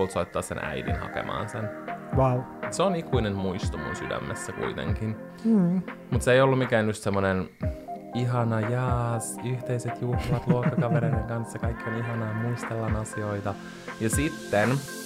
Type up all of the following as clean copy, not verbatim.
haluat soittaa sen äidin hakemaan sen. Wow. Se on ikuinen muisto mun sydämessä kuitenkin. Mutta se ei ollut mikään just semmonen ihana jaas, yhteiset juhlat luokkakavereiden kanssa, kaikki on ihanaa, muistellaan asioita. Ja sitten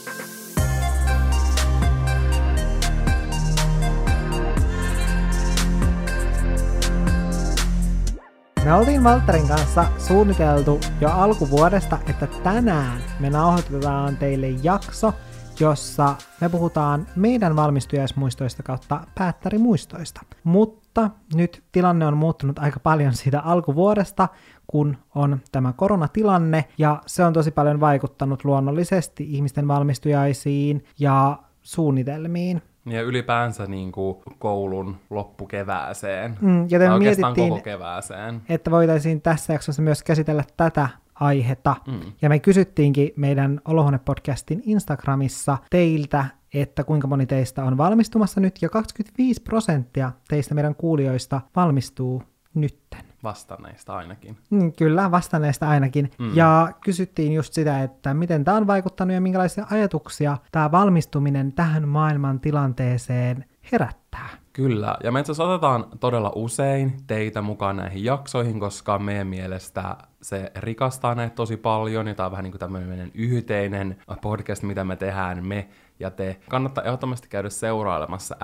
me oltiin Valtterin kanssa suunniteltu jo alkuvuodesta, että tänään me nauhoitetaan teille jakso, jossa me puhutaan meidän valmistujaismuistoista kautta päättärimuistoista. Mutta nyt tilanne on muuttunut aika paljon siitä alkuvuodesta, kun on tämä koronatilanne, ja se on tosi paljon vaikuttanut luonnollisesti ihmisten valmistujaisiin ja suunnitelmiin. Ja ylipäänsä niin kuin koulun loppukevääseen. Joten me oikeastaan mietittiin, koko kevääseen. että voitaisiin tässä jaksossa myös käsitellä tätä aihetta. Ja me kysyttiinkin meidän Olohuone-podcastin Instagramissa teiltä, että kuinka moni teistä on valmistumassa nyt, ja 25% teistä meidän kuulijoista valmistuu nytten. Vastanneista ainakin. Kyllä, vastanneista ainakin. Ja kysyttiin just sitä, että miten tämä on vaikuttanut ja minkälaisia ajatuksia tämä valmistuminen tähän maailman tilanteeseen herättää. Kyllä, ja me itse asiassa otetaan todella usein teitä mukaan näihin jaksoihin, koska meidän mielestä se rikastaa näitä tosi paljon, ja tämä on vähän niin kuin tämmöinen yhteinen podcast, mitä me tehdään me ja te. Kannattaa ehdottomasti käydä seurailemassa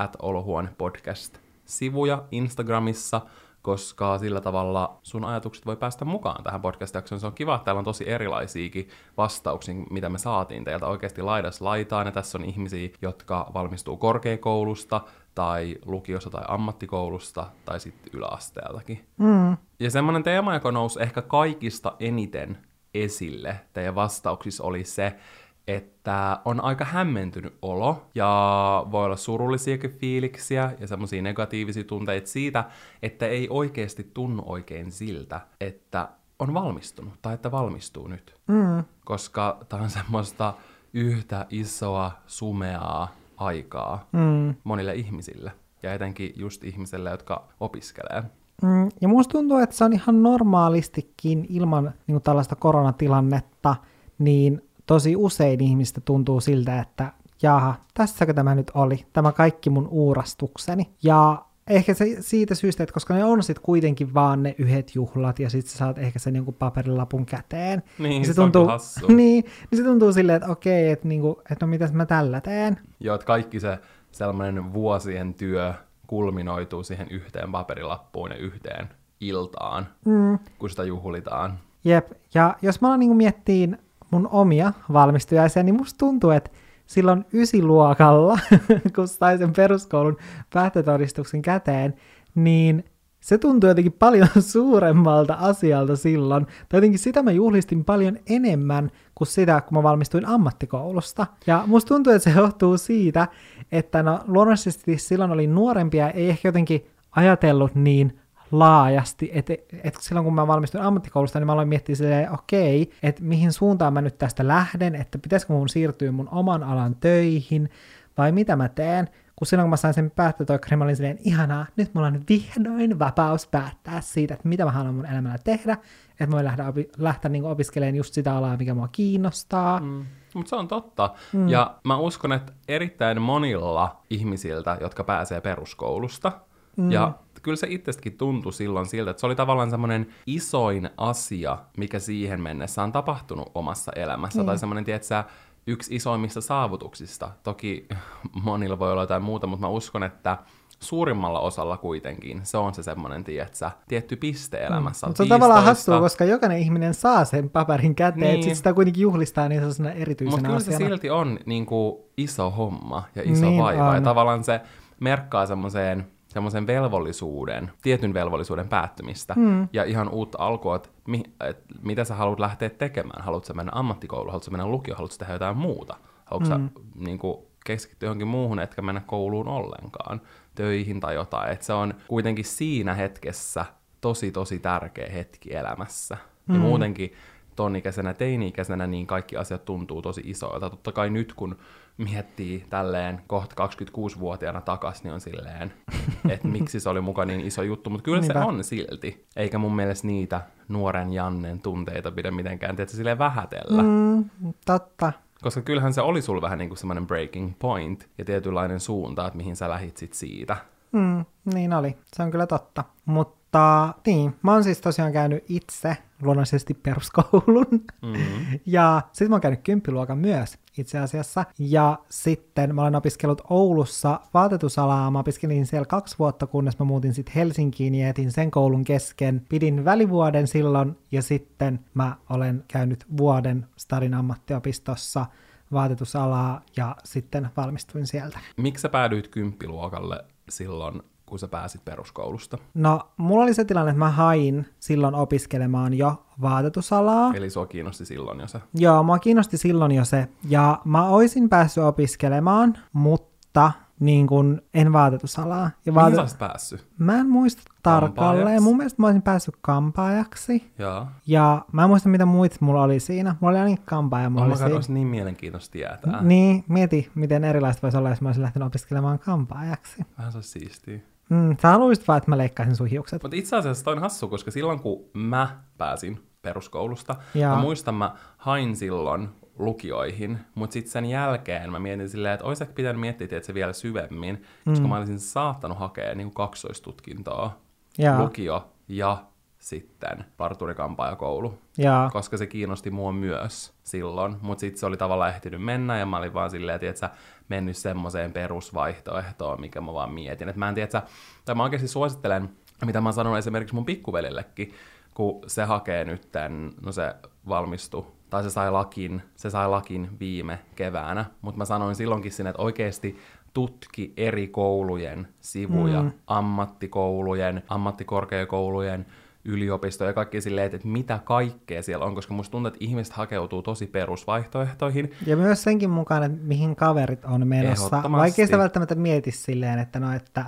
@Olohuone-podcast-sivuja Instagramissa, koska sillä tavalla sun ajatukset voi päästä mukaan tähän podcast-jaksoon. Se on kiva, että täällä on tosi erilaisiakin vastauksia, mitä me saatiin teiltä oikeasti laidas laitaan. Ja tässä on ihmisiä, jotka valmistuu korkeakoulusta, tai lukiosta tai ammattikoulusta, tai sitten yläasteeltakin. Ja semmoinen teema, joka nousi ehkä kaikista eniten esille teidän vastauksissa, oli se, että on aika hämmentynyt olo, ja voi olla surullisiakin fiiliksiä ja semmoisia negatiivisia tunteita siitä, että ei oikeasti tunnu oikein siltä, että on valmistunut tai että valmistuu nyt. Koska tää on semmoista yhtä isoa, sumeaa aikaa monille ihmisille, ja etenkin just ihmisille, jotka opiskelee. Ja musta tuntuu, että se on ihan normaalistikin ilman niin kuin tällaista koronatilannetta, niin tosi usein ihmistä tuntuu siltä, että jaha, tässäkö tämä nyt oli, tämä kaikki mun uurastukseni. Ja ehkä se siitä syystä, että koska ne on sitten kuitenkin vaan ne yhdet juhlat, ja sitten sä saat ehkä sen jonkun paperilapun käteen. Niin, se tuntuu hassu. niin se tuntuu silleen, että okei, että niinku, et no mitäs mä tällä teen. Joo, että kaikki se sellainen vuosien työ kulminoituu siihen yhteen paperilappuun ja yhteen iltaan, kun sitä juhlitaan. Jep, ja jos mä alan niinku miettiin mun omia valmistujaisia, niin musta tuntuu, että silloin 9-luokalla, kun sai sen peruskoulun päättötodistuksen käteen, niin se tuntui jotenkin paljon suuremmalta asialta silloin. Tai jotenkin sitä mä juhlistin paljon enemmän kuin sitä, kun mä valmistuin ammattikoulusta. Ja musta tuntuu, että se johtuu siitä, että no luonnollisesti silloin oli nuorempia, ei ehkä jotenkin ajatellut niin laajasti, että silloin kun mä valmistuin ammattikoulusta, niin mä aloin miettiä silleen, okei, että mihin suuntaan mä nyt tästä lähden, että pitäisikö mun siirtyä mun oman alan töihin, vai mitä mä teen, kun silloin kun mä sain sen päättötoikkarin, mä olin silleen, ihanaa, nyt mulla on vihdoin vapaus päättää siitä, että mitä mä haluan mun elämällä tehdä, että mä voin lähteä niin opiskelemaan just sitä alaa, mikä mua kiinnostaa. Mutta se on totta. Ja mä uskon, että erittäin monilla ihmisiltä, jotka pääsee peruskoulusta, ja kyllä se itsestäkin tuntui silloin siltä, että se oli tavallaan semmoinen isoin asia, mikä siihen mennessä on tapahtunut omassa elämässä, tai semmoinen, tietsä, yksi isoimmista saavutuksista. Toki monilla voi olla jotain muuta, mutta mä uskon, että suurimmalla osalla kuitenkin se on se semmoinen, tietsä, tietty piste elämässä. Se on tavallaan hassua, koska jokainen ihminen saa sen paperin käteen, niin. Että sit sitä kuitenkin juhlistaa niin sellaisena erityisenä asiana. Mutta kyllä se silti on niin kuin iso homma ja iso vaiva, ja tavallaan se merkkaa semmoisen velvollisuuden, tietyn velvollisuuden päättymistä, ja ihan uutta alkua, että mitä sä haluat lähteä tekemään. Haluatko sä mennä ammattikouluun, haluatko sä mennä lukioon, haluatko sä tehdä jotain muuta? Haluatko sä niin kuin, keskittyä johonkin muuhun, etkä mennä kouluun ollenkaan, töihin tai jotain. Et se on kuitenkin siinä hetkessä tosi, tosi tärkeä hetki elämässä. Ja muutenkin ton ikäisenä, teini-ikäisenä, niin kaikki asiat tuntuu tosi isoilta. Totta kai nyt, kun miettii tälleen kohta 26-vuotiaana takas, niin on silleen, että miksi se oli muka niin iso juttu, mutta kyllä se on silti. Eikä mun mielestä niitä nuoren Jannen tunteita pidä mitenkään, tiedätkö, silleen vähätellä. Totta. Koska kyllähän se oli sulla vähän niin kuin semmoinen breaking point ja tietynlainen suunta, että mihin sä lähit sit siitä. Niin oli, se on kyllä totta. Mutta niin, mä oon siis tosiaan käynyt itse luonnollisesti peruskoulun. Ja sitten mä oon käynyt 10. myös itse asiassa. Ja sitten mä olen opiskellut Oulussa vaatetusalaa. Mä opiskelin siellä 2 vuotta, kunnes mä muutin sitten Helsinkiin ja jätin sen koulun kesken. Pidin välivuoden silloin ja sitten mä olen käynyt vuoden Stadin ammattiopistossa vaatetusalaa ja sitten valmistuin sieltä. Miksi sä päädyit 10. silloin, kun sä pääsit peruskoulusta? No, mulla oli se tilanne, että mä hain silloin opiskelemaan jo vaatetusalaa. Eli sua kiinnosti silloin jo se? Joo, mua kiinnosti silloin jo se. Ja mä oisin päässyt opiskelemaan, mutta niin kun en vaatetusalaa. Ja Mihin sä olisit päässyt? Mä en muista tarkalleen. Mun mielestä mä olisin päässyt kampaajaksi. Joo. Ja mä en muista, mitä muita mulla oli siinä. Mulla oli ainakin kampaaja. Olisi niin mielenkiintoista tietää. Niin, mieti, miten erilaista voisi olla, jos mä olisin lähtenyt opiskelemaan kampaajaksi. Vähän se olisi siistiä. Sä haluaisit vaan, että mä leikkaisin sun hiukset. Mutta itse asiassa toi on hassu, koska silloin kun mä pääsin peruskoulusta, Jaa. mä muistan, mä hain silloin lukioihin, mutta sitten sen jälkeen mä mietin silleen, että olisi ehkä pitänyt miettiä että se vielä syvemmin, koska mä olisin saattanut hakea niin kaksoistutkintoa, lukio ja sitten parturikampaajakoulu, koska se kiinnosti mua myös silloin, mutta sitten se oli tavallaan ehtinyt mennä ja mä olin vaan silleen, että sä mennyt semmoiseen perusvaihtoehtoon, mikä mä vaan mietin. Että mä en tiedä, tai mä oikeasti suosittelen, mitä mä sanon esimerkiksi mun pikkuvelillekin, kun se hakee nytten, no se valmistui, tai se sai lakin viime keväänä, mutta mä sanoin silloinkin sinne, että oikeasti tutki eri koulujen sivuja, ammattikoulujen, ammattikorkeakoulujen, yliopistoja ja kaikki silleen, että mitä kaikkea siellä on, koska musta tuntuu, että ihmiset hakeutuu tosi perusvaihtoehtoihin. Ja myös senkin mukaan, että mihin kaverit on menossa. Vaikea sitä välttämättä mieti silleen, että no, että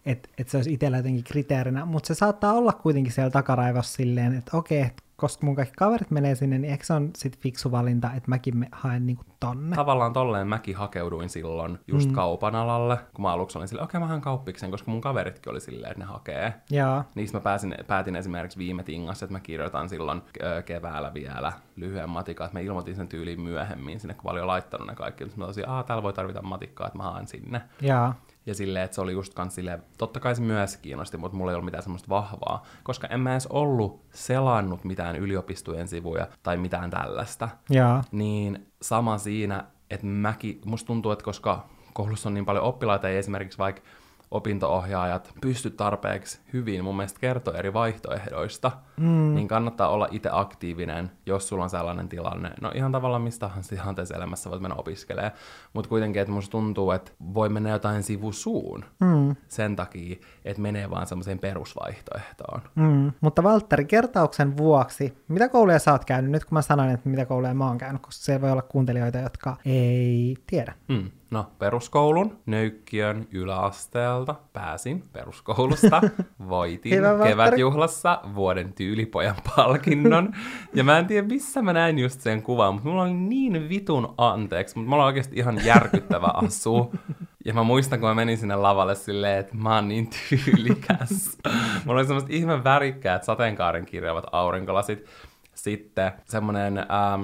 se olisi itsellä jotenkin kriteerinä, mutta se saattaa olla kuitenkin siellä takaraivossa silleen, että okei, koska mun kaikki kaverit menee sinne, niin eikö se on sit fiksu valinta, että mäkin haen niinku tonne? Tavallaan tolleen mäkin hakeuduin silloin just kaupan alalle, kun mä aluksi olin silleen, okei, mä haen kauppiksen, koska mun kaveritkin oli silleen, että ne hakee. Jaa. Niistä mä päätin esimerkiksi viime tingassa, että mä kirjoitan silloin keväällä vielä lyhyen matikan, että mä ilmoitin sen tyyliin myöhemmin sinne, kun mä olin jo laittanut ne kaikki. Mutta mä tosiaan, täällä voi tarvita matikkaa, että mä haen sinne. Jaa. Ja silleen, että se oli just kans silleen, totta kai se myös kiinnosti, mutta mulla ei ollut mitään semmoista vahvaa, koska en mä edes ollut selannut mitään yliopistojen sivuja tai mitään tällaista. Jaa. Niin sama siinä, että musta tuntuu, että koska koulussa on niin paljon oppilaita, ei esimerkiksi vaikka opinto-ohjaajat pysty tarpeeksi hyvin mun mielestä kertoa eri vaihtoehdoista, niin kannattaa olla itse aktiivinen, jos sulla on sellainen tilanne. No ihan tavallaan mistä tahansa tilanteessa elämässä voit mennä opiskelemaan, mutta kuitenkin, että musta tuntuu, että voi mennä jotain sivusuun sen takia, että menee vaan semmoiseen perusvaihtoehtoon. Mutta Valtteri, kertauksen vuoksi, mitä kouluja sä oot käynyt? Nyt kun mä sanoin, että mitä kouluja mä oon käynyt, koska siellä voi olla kuuntelijoita, jotka ei tiedä. No, peruskoulun, Nöykkiön yläasteelta pääsin peruskoulusta, voitin kevätjuhlassa vuoden tyylipojan palkinnon. Ja mä en tiedä, missä mä näin just sen kuvan, mutta mulla oli niin vitun anteeksi, mutta mulla oli oikeasti ihan järkyttävä asu. Ja mä muistan, kun mä menin sinne lavalle silleen, että mä oon niin tyylikäs. Mulla oli semmoiset ihme värikkäät sateenkaaren kirjaavat aurinkolasit. Sitten semmonen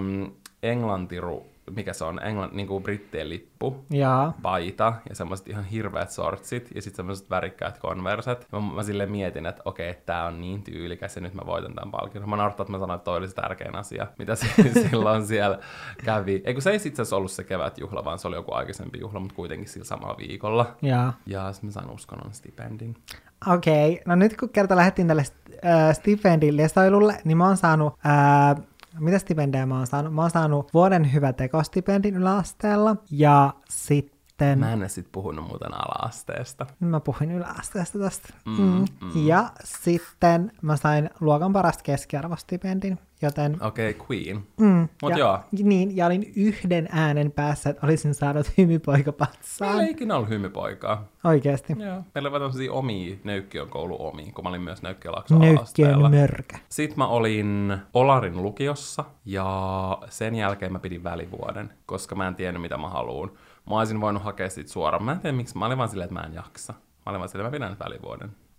mikä se on, niin kuin brittien lippu, paita ja semmoiset ihan hirveät sortsit ja sitten semmoiset värikkäät konverset. Mä silleen mietin, että okei, tää on niin tyylikäs ja nyt mä voitan tämän palkinnon. Mä naurattaa, että mä sanoin, että toi oli se tärkein asia, mitä silloin siellä kävi. Ei kun se ei itse asiassa ollut se kevätjuhla, vaan se oli joku aikaisempi juhla, mutta kuitenkin sillä samalla viikolla. Ja sitten mä sain uskonnon stipendin. Okei, no nyt kun kerta lähdettiin tälle stipendilistoilulle, niin mä oon saanut... mitä stipendejä mä oon saanut? Mä oon saanut vuoden hyvä tekostipendin yläasteella ja sitten... Mä en edes sit puhunut muuten ala-asteesta. Mä puhuin yläasteesta tästä. Ja sitten mä sain luokan parasta keskiarvostipendin, joten... Okei, Queen. Mut joo. Niin, ja olin yhden äänen päässä, että olisin saanut hymypoikapatsaan. Meillä ei ikinä ollut hymypoikaa. Oikeesti? Joo. Meillä oli tämmöisiä omia Nöykkiön koulu omia, kun mä olin myös Nöykkiön-Laakson ala-asteella. Nöykkiön mörkä. Sitten mä olin Olarin lukiossa, ja sen jälkeen mä pidin välivuoden, koska mä en tiennyt, mitä mä haluun. Mä olisin voinut hakea sit suoraan. Mä en tiedä, miksi. Mä olin vaan silleen, että mä en jaksa. Mä olin vaan silleen, että mä pidän välivuoden.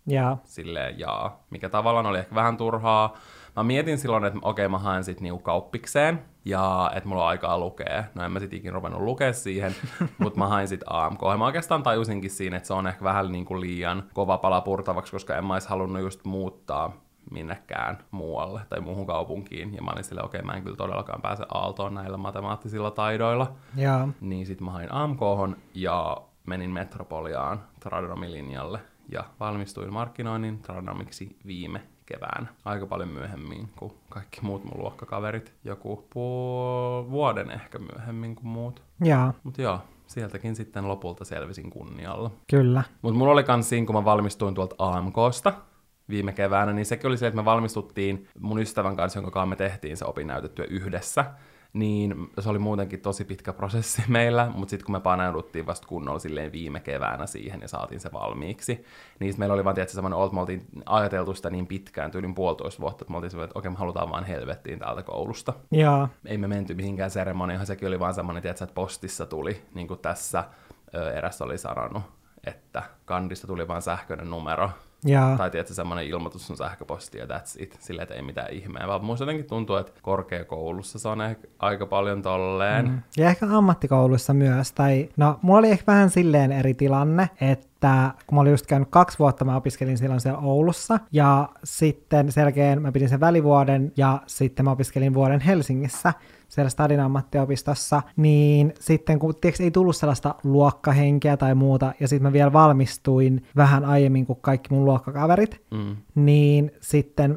Jaa. Silleen mikä tavallaan oli ehkä vähän turhaa. Mä mietin silloin, että okei, mä haen sit niinku kauppikseen, ja että mulla on aikaa lukea. No en mä sit ikin ruvennut lukea siihen, mutta mä hain sit AMK. Ja mä oikeastaan tajusinkin siinä, että se on ehkä vähän niinku liian kova pala purtavaksi, koska en mä ois halunnut just muuttaa minnekään muualle tai muuhun kaupunkiin. Ja mä olin silleen, okei, mä en kyllä todellakaan pääse Aaltoon näillä matemaattisilla taidoilla. Jaa. Niin sit mä hain AMK:hon ja menin Metropoliaan tradenomilinjalle ja valmistuin markkinoinnin tradenomiksi viime keväänä. Aika paljon myöhemmin kuin kaikki muut mun luokkakaverit. Joku vuoden ehkä myöhemmin kuin muut. Jaa. Mut joo, sieltäkin sitten lopulta selvisin kunnialla. Kyllä. Mut mulla oli kans siinä, kun mä valmistuin tuolta AMK:sta viime keväänä, niin sekin oli se, että me valmistuttiin mun ystävän kanssa, jonka kanssa me tehtiin se opinnäytetyö yhdessä. Niin se oli muutenkin tosi pitkä prosessi meillä, mutta sitten kun me paneuduttiin vasta kunnolla silleen viime keväänä siihen ja saatiin se valmiiksi, niin meillä oli vaan tietysti semmoinen olo, että me oltiin ajateltu sitä niin pitkään, tyylin 1,5 vuotta, että me oltiin semmoinen, että okei, me halutaan vaan helvettiin täältä koulusta. Jaa. Ei me menty mihinkään seremoniaan, sekin oli vaan semmoinen, että postissa tuli, niin kuin tässä eräs oli sanonut, että kandista tuli vaan sähköinen numero. Jaa. Tai tiedätkö, semmoinen ilmoitus on sähköposti ja that's it. Silleen, että ei mitään ihmeä. Vaan musta jotenkin tuntuu, että korkeakoulussa se on ehkä aika paljon tolleen. Ja ehkä ammattikoulussa myös. Tai, no, mulla oli ehkä vähän silleen eri tilanne, että kun mä olin just käynyt 2 vuotta, mä opiskelin silloin siellä Oulussa. Ja sitten sen jälkeen mä pidin sen välivuoden ja sitten mä opiskelin vuoden Helsingissä siellä Stadin ammattiopistossa, niin sitten kun ei tullut sellaista luokkahenkeä tai muuta, ja sitten mä vielä valmistuin vähän aiemmin kuin kaikki mun luokkakaverit, niin sitten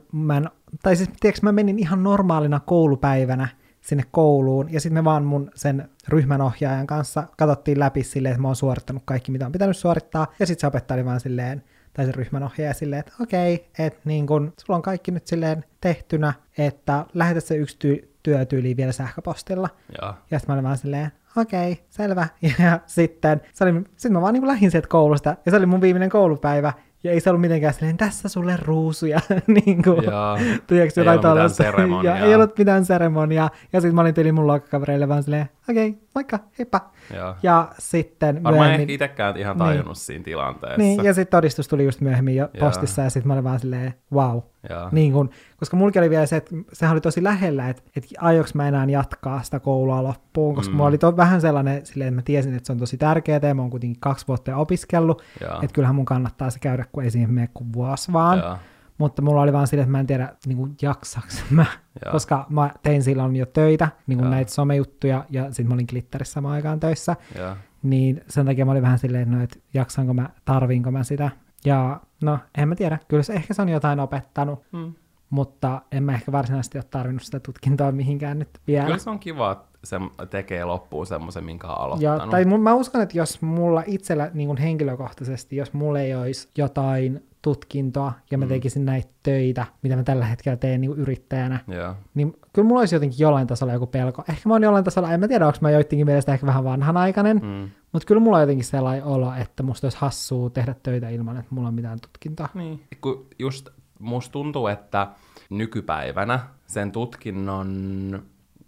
mä menin ihan normaalina koulupäivänä sinne kouluun, ja sitten me vaan mun sen ryhmänohjaajan kanssa katsottiin läpi silleen, että mä oon suorittanut kaikki, mitä on pitänyt suorittaa, ja sitten se opettaja oli vaan silleen, tai se ryhmänohjaaja silleen, että okei, että niin kun sulla on kaikki nyt silleen tehtynä, että lähetä se yksi työtyyliin vielä sähköpostilla. Ja sitten mä olin vaan silleen, okei, selvä. Ja sitten mä vaan niin lähdin sieltä koulusta, ja se oli mun viimeinen koulupäivä, ja ei se ollut mitenkään silleen, tässä sulle ruusuja, niin kuin, tiedätkö, ei ollut mitään seremoniaa. Ei ollut mitään seremoniaa, ja sitten mä olin tyyliin mun luokkakavereille vaan silleen, okei, moikka, heippa. Ja sitten varmaan ehkä itsekään ihan tajunnut siinä tilanteessa. Niin, ja sitten todistus tuli just myöhemmin jo postissa, ja sitten mä olin vaan silleen, wow. Niin kun, koska mullakin oli vielä se, että sehän oli tosi lähellä, että aioks mä enää jatkaa sitä koulua loppuun, koska mulla oli vähän sellainen, silleen, että mä tiesin, että se on tosi tärkeää, ja mä oon kuitenkin 2 vuotta jo opiskellut, että kyllähän mun kannattaa se käydä, kun ei siihen mene kuin vuosi vaan. Mutta mulla oli vaan silleen, että mä en tiedä, niin kuin jaksaks mä, koska mä tein silloin jo töitä, niin kuin näitä somejuttuja, ja sitten mä olin Glitterissä samaan aikaan töissä, niin sen takia mä olin vähän silleen, että jaksanko mä, tarviinko mä sitä. Ja no, en mä tiedä, kyllä se ehkä se on jotain opettanut, mutta en mä ehkä varsinaisesti ole tarvinnut sitä tutkintoa mihinkään nyt vielä. Kyllä se on kiva, että se tekee loppuun semmoisen, minkä on aloittanut. Ja, tai mä uskon, että jos mulla itsellä niin kuin henkilökohtaisesti, jos mulla ei olisi jotain tutkintoa ja mä tekisin näitä töitä, mitä mä tällä hetkellä teen niin kuin yrittäjänä, niin kyllä mulla olisi jotenkin jollain tasolla joku pelko. Ehkä mä oon jollain tasolla, en mä tiedä, onko mä joidenkin mielestä ehkä vähän vanhanaikainen, mutta kyllä mulla on jotenkin sellainen olo, että musta olisi hassua tehdä töitä ilman, että mulla on mitään tutkintoa. Niin. Kun just musta tuntuu, että nykypäivänä sen tutkinnon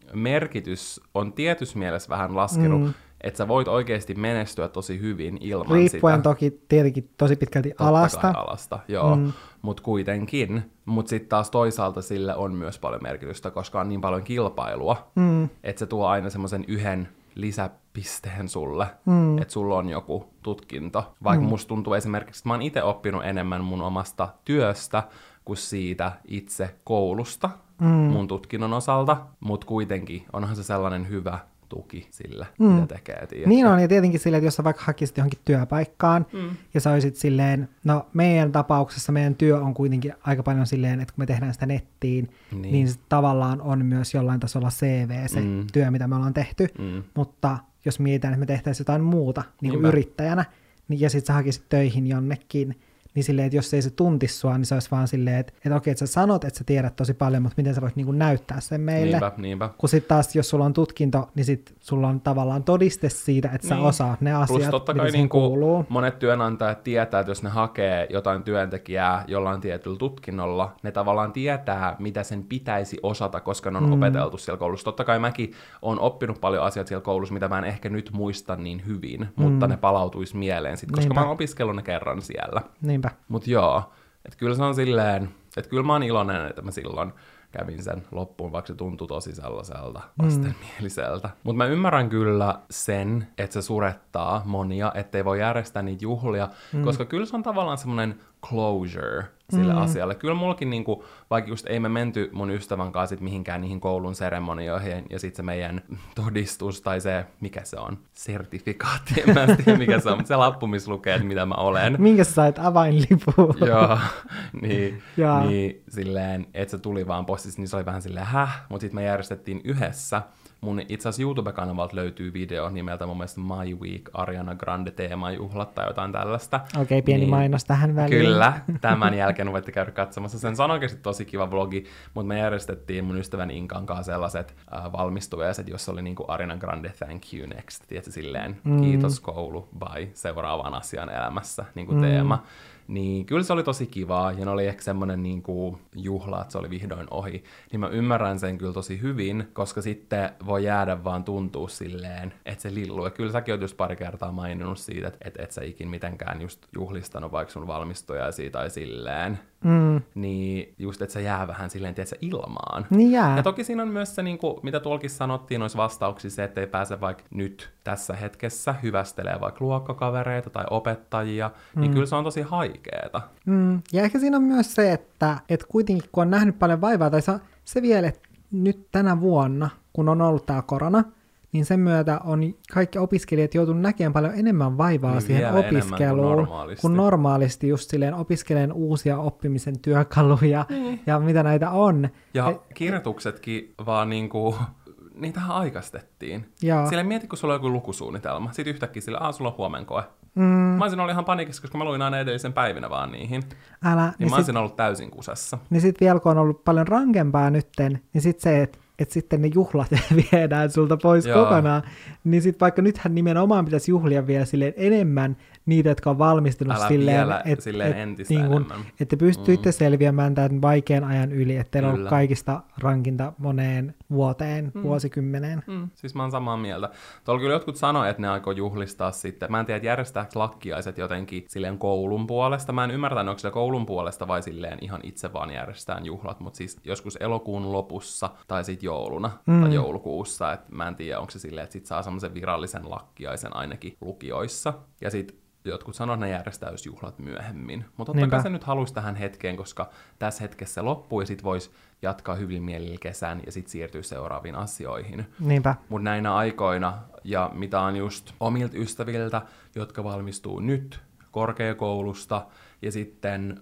merkitys on tietyssä mielessä vähän laskenut, että sä voit oikeasti menestyä tosi hyvin ilman sitä. Riippuen toki tietenkin tosi pitkälti alasta. Joo, mutta kuitenkin. Mutta sitten taas toisaalta sille on myös paljon merkitystä, koska on niin paljon kilpailua, että se tuo aina semmoisen yhden lisäpisteen sulle, että sulla on joku tutkinto. Vaikka musta tuntuu esimerkiksi, että mä oon itse oppinut enemmän mun omasta työstä kuin siitä itse koulusta mun tutkinnon osalta, mutta kuitenkin onhan se sellainen hyvä tuki sille, mitä tekee. Tiedätkö? Niin on, ja tietenkin silleen, että jos sä vaikka hakisit johonkin työpaikkaan, ja sä olisit silleen, no meidän tapauksessa meidän työ on kuitenkin aika paljon silleen, että kun me tehdään sitä nettiin, niin se tavallaan on myös jollain tasolla CV se työ, mitä me ollaan tehty, mutta jos mietitään, että me tehtäisiin jotain muuta niin kuin yrittäjänä, niin, ja sit sä hakisit töihin jonnekin, niin silleen, että jos ei se tuntisi sua, niin se olisi vaan silleen, että okei, että sä sanot, että sä tiedät tosi paljon, mutta miten sä voit niinku näyttää sen meille. Niinpä. Kun sitten taas, jos sulla on tutkinto, niin sit sulla on tavallaan todiste siitä, että sä osaat ne asiat, plus totta kai niin kuuluu. Monet työnantajat tietää, että jos ne hakee jotain työntekijää jollain tietyllä tutkinnolla, ne tavallaan tietää, mitä sen pitäisi osata, koska ne on opeteltu siellä koulussa. Totta kai mäkin olen oppinut paljon asioita siellä koulussa, mitä mä en ehkä nyt muista niin hyvin, mutta ne palautuisi mieleen sit, koska mä oon opiskellut ne kerran siellä. Niinpä. Mut joo, että kyllä se on silleen, että kyllä mä oon iloinen, että mä silloin kävin sen loppuun, vaikka se tuntui tosi sellaiselta vastenmieliseltä. Mutta mä ymmärrän kyllä sen, että se surettaa monia, ettei voi järjestää niitä juhlia, koska kyllä se on tavallaan semmoinen closure sille asialle. Kyllä mullakin, niinku, vaikka just ei me menty mun ystävän kanssa sit mihinkään niihin koulun seremonioihin, ja sitten se meidän todistus, tai se, mikä se on, sertifikaatti, en mä tiedä mikä se on, mutta se lappu, missä lukee, että mitä mä olen. Minkä sä sait avainlipuun? Joo, niin silleen, että se tuli vaan postissa, niin se oli vähän silleen, mutta sitten me järjestettiin yhdessä. Mun itse asiassa YouTube-kanavalta löytyy video nimeltä mun mielestä My Week Ariana Grande teemajuhlat tai jotain tällaista. Okei, pieni mainos tähän väliin. Kyllä, tämän jälkeen voitte käydä katsomassa. Sen on oikeasti tosi kiva vlogi, mutta me järjestettiin mun ystävän Inkan kanssa sellaiset valmistujaiset, jossa oli niinku Ariana Grande Thank You Next. Tiedätkö, silleen kiitos koulu, bye, seuraavaan asian elämässä niinku teema. Niin kyllä se oli tosi kivaa, ja ne oli ehkä semmoinen niinku juhla, että se oli vihdoin ohi. Niin mä ymmärrän sen kyllä tosi hyvin, koska sitten voi jäädä vaan tuntuu silleen, että se lilluu. Ja kyllä säkin oot just pari kertaa maininnut siitä, että et sä ikin mitenkään just juhlistanut vaikka sun valmistujaisia tai silleen. Niin just, että se jää vähän silleen, tiedätkö, ilmaan. Niin jää. Ja toki siinä on myös se, niinku, mitä tuolkin sanottiin noissa vastauksissa, se, ettei pääse vaikka nyt tässä hetkessä hyvästelee vaikka luokkakavereita tai opettajia, niin kyllä se on tosi haikeeta. Ja ehkä siinä on myös se, että kuitenkin kun on nähnyt paljon vaivaa, tai se vielä, että nyt tänä vuonna, kun on ollut tämä korona, niin sen myötä on kaikki opiskelijat joutunut näkemään paljon enemmän vaivaa niin siihen opiskeluun, kuin normaalisti just silleen opiskelen uusia oppimisen työkaluja ja mitä näitä on. Ja kirjoituksetkin vaan niinku, niitähän aikaistettiin. Silleen mieti, kun sulla on joku lukusuunnitelma, sit yhtäkkiä sillä, sulla on huomenkoe. Mä olisin ollut ihan panikissa, koska mä luin aina edellisen päivinä vaan niihin. Niin mä olisin ollut täysin kusessa. Niin sit vielä kun on ollut paljon rankempaa nytten, niin sit se, että sitten ne juhlat viedään sulta pois kokonaan, niin sit vaikka nythän nimenomaan pitäisi juhlia vielä silleen enemmän niitä, jotka on valmistunut silleen, että pystyitte selviämään tämän vaikean ajan yli, että teillä on ollut kaikista rankinta moneen vuoteen, vuosikymmeneen. Siis mä oon samaa mieltä. Tuolla kyllä jotkut sanoi, että ne aikoo juhlistaa sitten. Mä en tiedä, järjestääkö lakkiaiset jotenkin silleen koulun puolesta. Mä en ymmärtänyt, onko se koulun puolesta vai silleen ihan itse vaan järjestään juhlat, mutta siis joskus elokuun lopussa tai sitten jouluna tai joulukuussa. Et mä en tiedä, onko se silleen, että sit saa semmoisen virallisen lakkiaisen ainakin lukioissa. Ja sit jotkut sanoo, että ne järjestää juhlat myöhemmin. Mutta totta kai se nyt haluaisi tähän hetkeen, koska tässä hetkessä se loppuu ja sit voisi jatkaa hyvin mielillä kesän ja sitten siirtyy seuraaviin asioihin. Niinpä. Mutta näinä aikoina, ja mitä on just omilta ystäviltä, jotka valmistuu nyt korkeakoulusta, ja sitten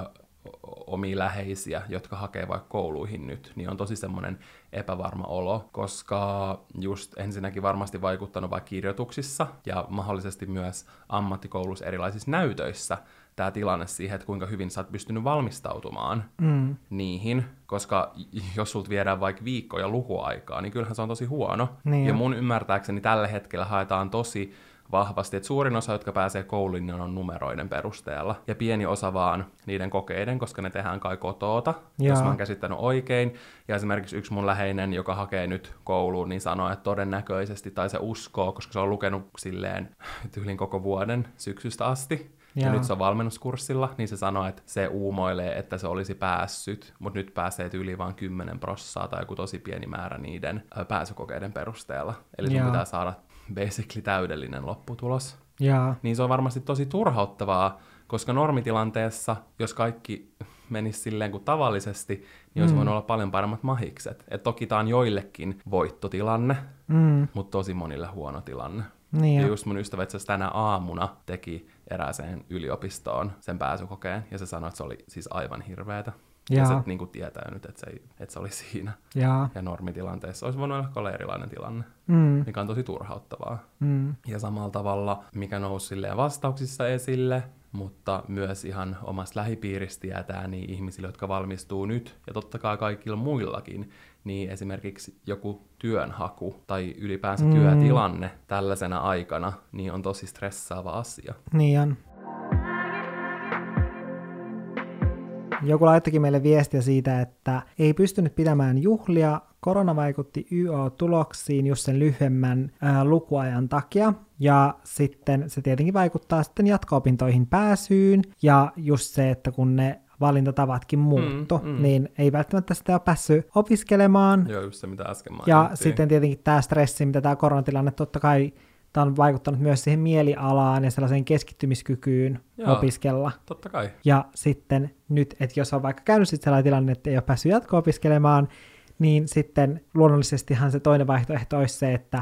omia läheisiä, jotka hakee vaikka kouluihin nyt, niin on tosi semmoinen epävarma olo, koska just ensinnäkin varmasti vaikuttanut vaikka kirjoituksissa ja mahdollisesti myös ammattikoulussa erilaisissa näytöissä tämä tilanne siihen, että kuinka hyvin sä oot pystynyt valmistautumaan niihin, koska jos sulta viedään vaikka viikkoja lukuaikaa, niin kyllähän se on tosi huono. Niin ja mun ymmärtääkseni tällä hetkellä haetaan tosi vahvasti, että suurin osa, jotka pääsee kouluun, niin on numeroiden perusteella. Ja pieni osa vaan niiden kokeiden, koska ne tehdään kai kotoota, jos mä oon käsittänyt oikein. Ja esimerkiksi yksi mun läheinen, joka hakee nyt kouluun, niin sanoo, että todennäköisesti, tai se uskoo, koska se on lukenut silleen tyylin koko vuoden syksystä asti. Ja nyt se on valmennuskurssilla, niin se sanoo, että se uumoilee, että se olisi päässyt, mutta nyt pääsee tyyliin vaan 10% tai joku tosi pieni määrä niiden pääsykokeiden perusteella. Eli sun pitää saada basically täydellinen lopputulos. Niin se on varmasti tosi turhauttavaa, koska normitilanteessa, jos kaikki menisi silleen kuin tavallisesti, niin olisi voinut olla paljon paremmat mahikset. Et toki tämä on joillekin voittotilanne, mutta tosi monille huono tilanne. Niin ja just mun ystävä itse asiassa tänä aamuna teki erääseen yliopistoon sen pääsykokeen, ja se sanoi, että se oli siis aivan hirveätä. Ja se niin kuin tietää nyt, että se oli siinä. Ja normitilanteessa olisi voinut olla erilainen tilanne, mikä on tosi turhauttavaa. Ja samalla tavalla, mikä nousi silleen vastauksissa esille, mutta myös ihan omasta lähipiiristä tietää niin ihmisille, jotka valmistuu nyt, ja totta kai kaikilla muillakin, niin esimerkiksi joku työnhaku tai ylipäänsä työtilanne tällaisena aikana, niin on tosi stressaava asia. Niin on. Joku laittokin meille viestiä siitä, että ei pystynyt pitämään juhlia, korona vaikutti YO-tuloksiin just sen lyhyemmän lukuajan takia, ja sitten se tietenkin vaikuttaa sitten jatko-opintoihin pääsyyn, ja just se, että kun ne valintatavatkin muuttu, niin ei välttämättä sitä ole päässyt opiskelemaan. Joo, just se, mitä äsken mainittiin. Ja sitten tietenkin tämä stressi, mitä tämä koronatilanne totta kai, tämä on vaikuttanut myös siihen mielialaan ja sellaiseen keskittymiskykyyn opiskella. Totta kai. Ja sitten nyt, että jos on vaikka käynyt sitten sellainen tilanne, että ei ole päässyt jatko-opiskelemaan, niin sitten luonnollisestihan se toinen vaihtoehto olisi se, että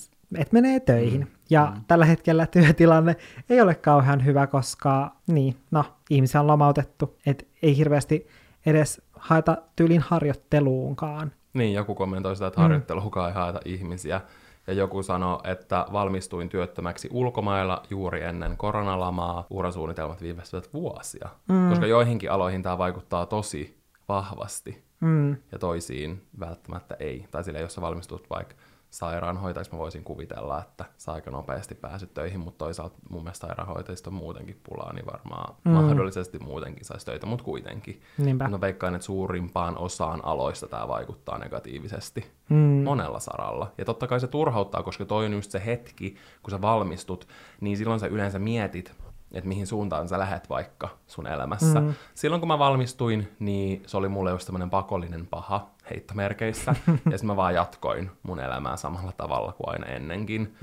menee töihin. Ja tällä hetkellä työtilanne ei ole kauhean hyvä, koska ihmisiä on lomautettu, että ei hirveästi edes haeta tyylin harjoitteluunkaan. Niin, joku kommentoi sitä, että harjoitteluunkaan ei haeta ihmisiä. Ja joku sanoi, että valmistuin työttömäksi ulkomailla juuri ennen koronalamaa. Urasuunnitelmat viivästyvät vuosia. Koska joihinkin aloihin tämä vaikuttaa tosi vahvasti. Ja toisiin välttämättä ei. Tai sillä jos sä valmistut vaikka sairaanhoitajaksi, mä voisin kuvitella, että sä aika nopeasti pääset töihin, mutta toisaalta mun mielestä sairaanhoitajista on muutenkin pulaa, niin varmaan mahdollisesti muutenkin saisi töitä, mutta kuitenkin. Mä veikkaan, että suurimpaan osaan aloista tämä vaikuttaa negatiivisesti monella saralla. Ja totta kai se turhauttaa, koska toi on just se hetki, kun sä valmistut, niin silloin sä yleensä mietit, että mihin suuntaan sä lähet vaikka sun elämässä. Silloin kun mä valmistuin, niin se oli mulle just tämmönen pakollinen paha heittomerkeissä, ja sitten mä vaan jatkoin mun elämää samalla tavalla kuin aina ennenkin.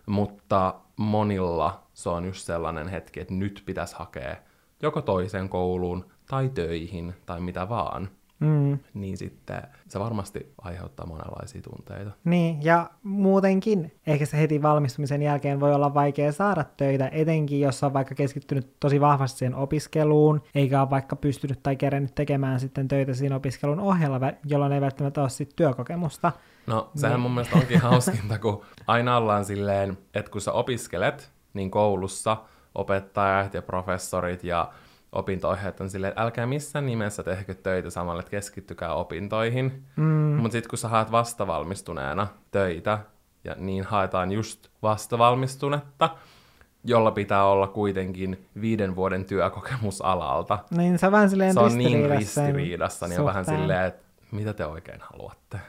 Mutta monilla se on just sellainen hetki, että nyt pitäisi hakea joko toisen kouluun tai töihin tai mitä vaan. Niin sitten se varmasti aiheuttaa monenlaisia tunteita. Niin, ja muutenkin ehkä se heti valmistumisen jälkeen voi olla vaikea saada töitä, etenkin jos on vaikka keskittynyt tosi vahvasti siihen opiskeluun, eikä ole vaikka pystynyt tai kerennyt tekemään sitten töitä siinä opiskelun ohella, jolloin ei välttämättä ole sitten työkokemusta. No, sehän mun mielestä onkin hauskinta, kun aina ollaan silleen, että kun sä opiskelet, niin koulussa opettajat ja professorit ja opinto-ohjeet on silleen, että älkää missään nimessä tehkö töitä samalla, että keskittykää opintoihin. Mutta sitten kun sä haet vastavalmistuneena töitä, ja niin haetaan just vastavalmistunetta, jolla pitää olla kuitenkin 5 vuoden työkokemus alalta. Niin se on vähän silleen ristiriidassa, niin on vähän silleen, että mitä te oikein haluatte.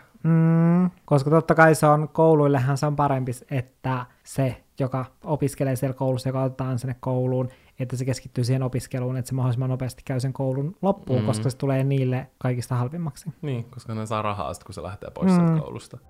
Koska totta kai se on kouluillehan se on parempi, että se, joka opiskelee siellä koulussa, joka otetaan sinne kouluun, että se keskittyy siihen opiskeluun, että se mahdollisimman nopeasti käy sen koulun loppuun, koska se tulee niille kaikista halvimmaksi. Niin, koska ne saa rahaa sitten, kun se lähtee pois sieltä koulusta.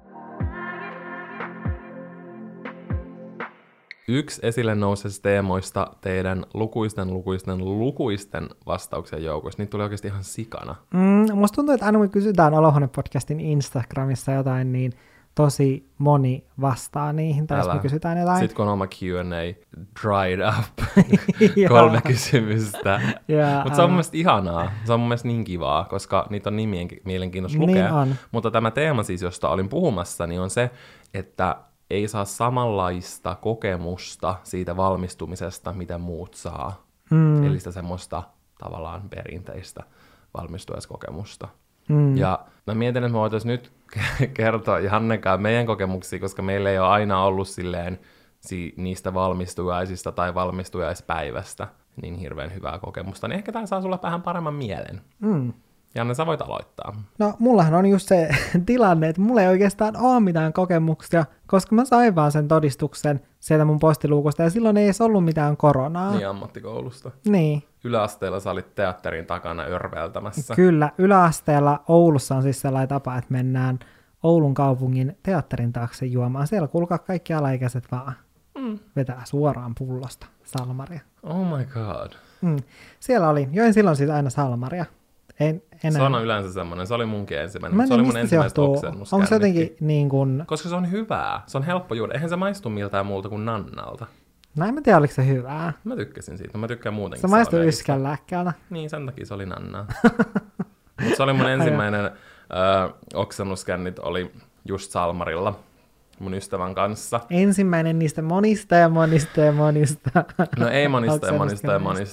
Yksi esille nousseista teemoista teidän lukuisten vastauksien joukossa, niitä tuli oikeasti ihan sikana. Musta tuntuu, että aina kun kysytään Olohuone-podcastin Instagramissa jotain, niin tosi moni vastaa niihin, tai jos me kysytään jotain. Sitten kun on oma Q&A dried up, 3 kysymystä. Mutta se on mun mielestä ihanaa, se on mun mielestä niin kivaa, koska niitä on niin mielenkiintoista lukea. Niin mutta tämä teema siis, josta olin puhumassa, niin on se, että ei saa samanlaista kokemusta siitä valmistumisesta, mitä muut saa. Eli sitä semmoista tavallaan perinteistä valmistujaskokemusta. Ja mä mietin, että me voitaisiin nyt kertoa Jannekaan meidän kokemuksia, koska meillä ei ole aina ollut silleen niistä valmistujaisista tai valmistujaispäivästä niin hirveän hyvää kokemusta, niin ehkä tämä saa sulle vähän paremman mielen. Janne, sä voit aloittaa. No, mullahan on just se tilanne, että mulla ei oikeastaan ole mitään kokemuksia, koska mä sain vaan sen todistuksen sieltä mun postiluukusta, ja silloin ei edes ollut mitään koronaa. Niin, ammattikoulusta. Niin. Yläasteella sä olit teatterin takana örveltämässä. Kyllä, yläasteella Oulussa on siis sellainen tapa, että mennään Oulun kaupungin teatterin taakse juomaan. Siellä kuulkaa kaikki alaikäiset vaan vetää suoraan pullosta salmaria. Oh my god. Siellä oli, join silloin siis aina salmaria. Se on yleensä semmoinen, se oli munkin ensimmäinen. Se oli mun ensimmäistä oksennuskännikki. Onko se jotenkin niin kuin... Koska se on hyvää, se on helppo juoda. Eihän se maistu miltään muulta kuin nannalta. No en mä tiedä, oliko se hyvää. Mä tykkäsin siitä, mä tykkään muutenkin. Se maistui yskän lääkkeeltä. Niin, sen takia se oli nannaa. Mutta se oli mun ensimmäinen oksennuskännit oli just salmarilla mun ystävän kanssa. Ensimmäinen niistä monista. No ei monista,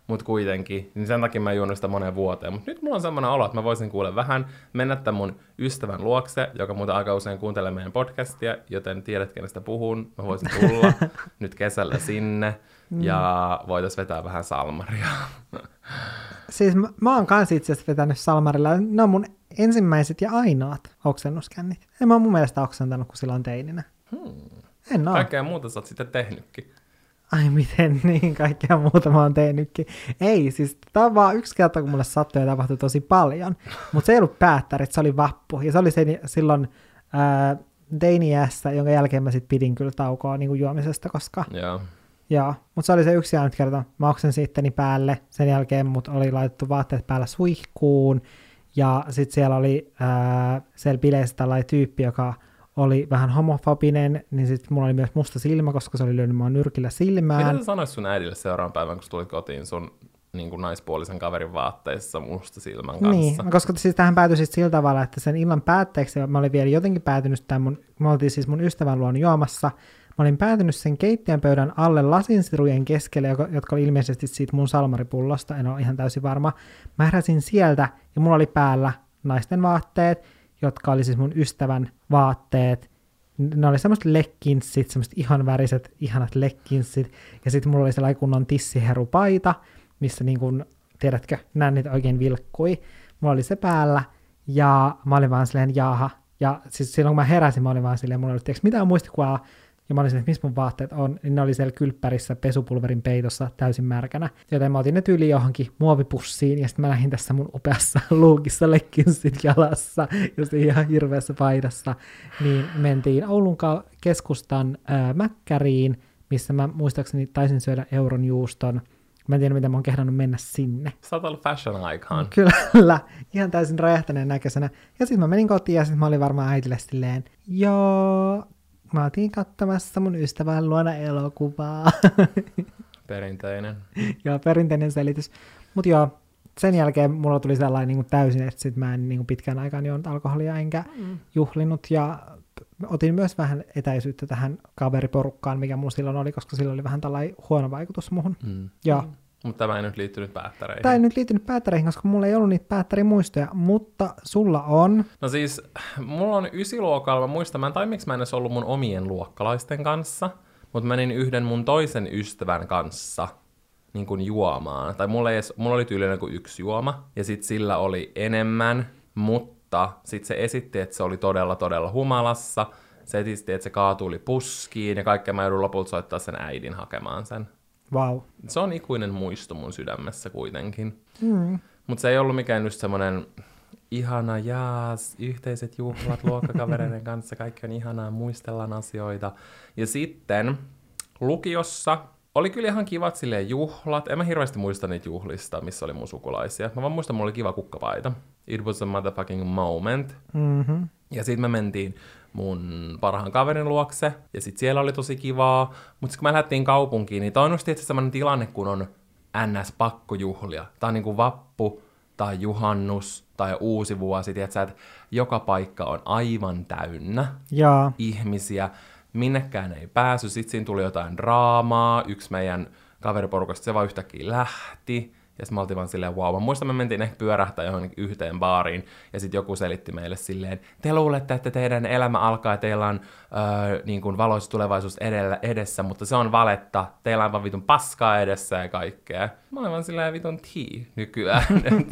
mutta kuitenkin, niin sen takia mä en juonut sitä moneen vuoteen. Mutta nyt mulla on semmoinen olo, että mä voisin kuulla vähän mennä tämän mun ystävän luokse, joka muuten aika usein kuuntelee meidän podcastia, joten tiedät, kenestä puhun. Mä voisin tulla nyt kesällä sinne ja voitaisiin vetää vähän salmaria. Siis mä oon kans itse asiassa vetänyt salmarilla. Ne on mun ensimmäiset ja ainoat oksennuskännit. En mä oon mun mielestä oksentanut, kun silloin teininä. En oo. Kaikkea muuta sä oot sitten tehnytkin. Ai miten niin, kaikkea muuta mä oon tehnytkin. Ei, siis tää on vaan yksi kerta, kun mulle sattui ja tapahtui tosi paljon. Mutta se ei ollut päättärit, se oli vappu. Ja se oli silloin teiniässä, jonka jälkeen mä sit pidin kyllä taukoa niin kuin juomisesta, koska... Joo, mutta se oli se yksi ainut kerta. Mä oksensin itteni päälle, sen jälkeen mut oli laitettu vaatteet päällä suihkuun, ja sit siellä oli siellä bileissä tällainen tyyppi, joka oli vähän homofobinen, niin sit mulla oli myös musta silmä, koska se oli lyönyt mua nyrkillä silmään. Mitä sä sanois sun äidille seuraavan päivän, kun sä tulit kotiin sun niin kuin naispuolisen kaverin vaatteissa musta silmän kanssa? Niin, koska siis tähän päätyi siis sillä tavalla, että sen illan päätteeksi mä olin vielä jotenkin päätynyt me oltiin siis mun ystävän luon juomassa. Mä olin päätynyt sen keittiön pöydän alle lasinsirujen keskelle, jotka oli ilmeisesti siitä mun salmaripullosta, en ole ihan täysin varma. Mä heräsin sieltä ja mulla oli päällä naisten vaatteet, jotka oli siis mun ystävän vaatteet. Ne oli semmoiset legginsit, semmoiset ihan väriset, ihanat legginsit. Ja sitten mulla oli sellainen kunnon tissiherupaita, missä niin kuin, tiedätkö, nännit oikein vilkkui. Mulla oli se päällä ja mä olin vaan silleen jaaha. Ja siis silloin kun mä heräsin, mä olin vaan silleen, mulla ei ollut mitään muistikuvaa. Ja mä olin silleen, että missä mun vaatteet on, niin ne oli siellä kylppärissä pesupulverin peitossa täysin märkänä. Joten mä otin ne tyyliin johonkin muovipussiin, ja sitten mä lähdin tässä mun upeassa luukissa legginsit jalassa, ja se ihan hirveässä paidassa. Niin mentiin Oulun keskustan Mäkkäriin, missä mä muistaakseni taisin syödä euron juuston. Mä en tiedä, miten mä oon kehdannut mennä sinne. Sä oot ollut fashion-aikaan. Kyllä, ihan täysin räjähtäneen näköisenä. Ja sitten mä menin kotiin, ja sitten mä olin varmaan äitille silleen, joo... Mä oltiin katsomassa mun ystävän luona elokuvaa. Perinteinen. Joo, perinteinen selitys. Mut joo, sen jälkeen mulla tuli sellainen niin kuin täysin, että sit mä en niin kuin pitkään aikaan juonut alkoholia enkä juhlinut. Ja otin myös vähän etäisyyttä tähän kaveriporukkaan, mikä mulla silloin oli, koska sillä oli vähän tällainen huono vaikutus muhun. Joo. Mutta tämä ei nyt liittynyt päättäreihin. Tämä ei nyt liittynyt päättäreihin, koska mulla ei ollut niitä päättärimuistoja, mutta sulla on. No siis, mulla on ysiluokalla, mä muistan, miksi mä en edes ollut mun omien luokkalaisten kanssa, mutta menin yhden mun toisen ystävän kanssa niin kuin juomaan. Tai mulla oli tyylinen kuin yksi juoma, ja sit sillä oli enemmän, mutta sit se esitti, että se oli todella, todella humalassa. Se esitti, että se kaatui puskiin, ja kaikkea mä joudun lopulta soittaa sen äidin hakemaan sen. Wow. Se on ikuinen muisto mun sydämessä kuitenkin. Mutta se ei ollut mikään just semmoinen ihana jaas, yhteiset juhlat luokkakavereiden kanssa, kaikki on ihanaa, muistellaan asioita. Ja sitten lukiossa oli kyllä ihan kivat silleen juhlat. En mä hirveästi muista niitä juhlista, missä oli mun sukulaisia. Mä vaan muistan, mulla oli kiva kukkapaita. It was a motherfucking moment. Ja sitten me mentiin mun parhaan kaverin luokse, ja sitten siellä oli tosi kivaa, mutta kun me lähdettiin kaupunkiin, niin toi on just tietysti sellainen tilanne, kun on NS-pakkojuhlia. Tää on niinku vappu, tai juhannus, tai uusi vuosi, tiedätkö, että joka paikka on aivan täynnä ihmisiä, minnekään ei pääsy, sitten siinä tuli jotain draamaa, yksi meidän kaveriporukasta se vaan yhtäkkiä lähti, ja sitten me oltiin vaan silleen, wow, mä muistan, me mentiin ehkä pyörähtää johonkin yhteen baariin, ja sitten joku selitti meille silleen, te luulette, että teidän elämä alkaa, ja teillä on niin kuin valoisa tulevaisuus edessä, mutta se on valetta, teillä on vaan vitun paskaa edessä ja kaikkea. Mä olin vaan silleen vitun nykyään,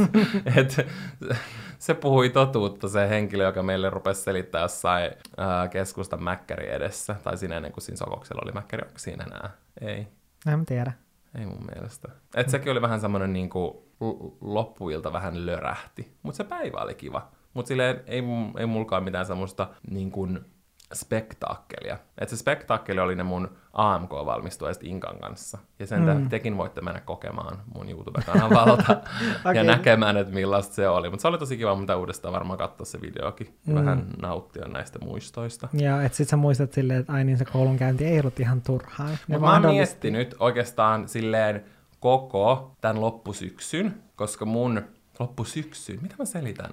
et se puhui totuutta, se henkilö, joka meille rupesi selittää jossain keskustan Mäkkäri edessä, tai siinä ennen kuin siinä Sokoksella oli Mäkkäri, onko siinä enää? Ei. En tiedä. Ei mun mielestä. Et sekin oli vähän semmoinen niinku loppuilta vähän lörähti. Mut se päivä oli kiva. Mut silleen ei mulkaan mitään semmoista niinku spektaakkelia. Et se spektaakkeli oli ne mun AMK-valmistujaiset Inkan kanssa. Ja sen tekin voitte mennä kokemaan mun YouTube-kanavalta ja näkemään, että millaista se oli. Mutta se oli tosi kiva, mutta uudestaan varmaan katsoa se videokin ja vähän nauttia näistä muistoista. Joo, että sit sä muistat silleen, että ai niin se koulunkäynti ei ollut ihan turhaa. Mä oon miettinyt oikeastaan silleen koko tämän loppusyksyn, koska mun loppusyksyn, mitä mä selitän?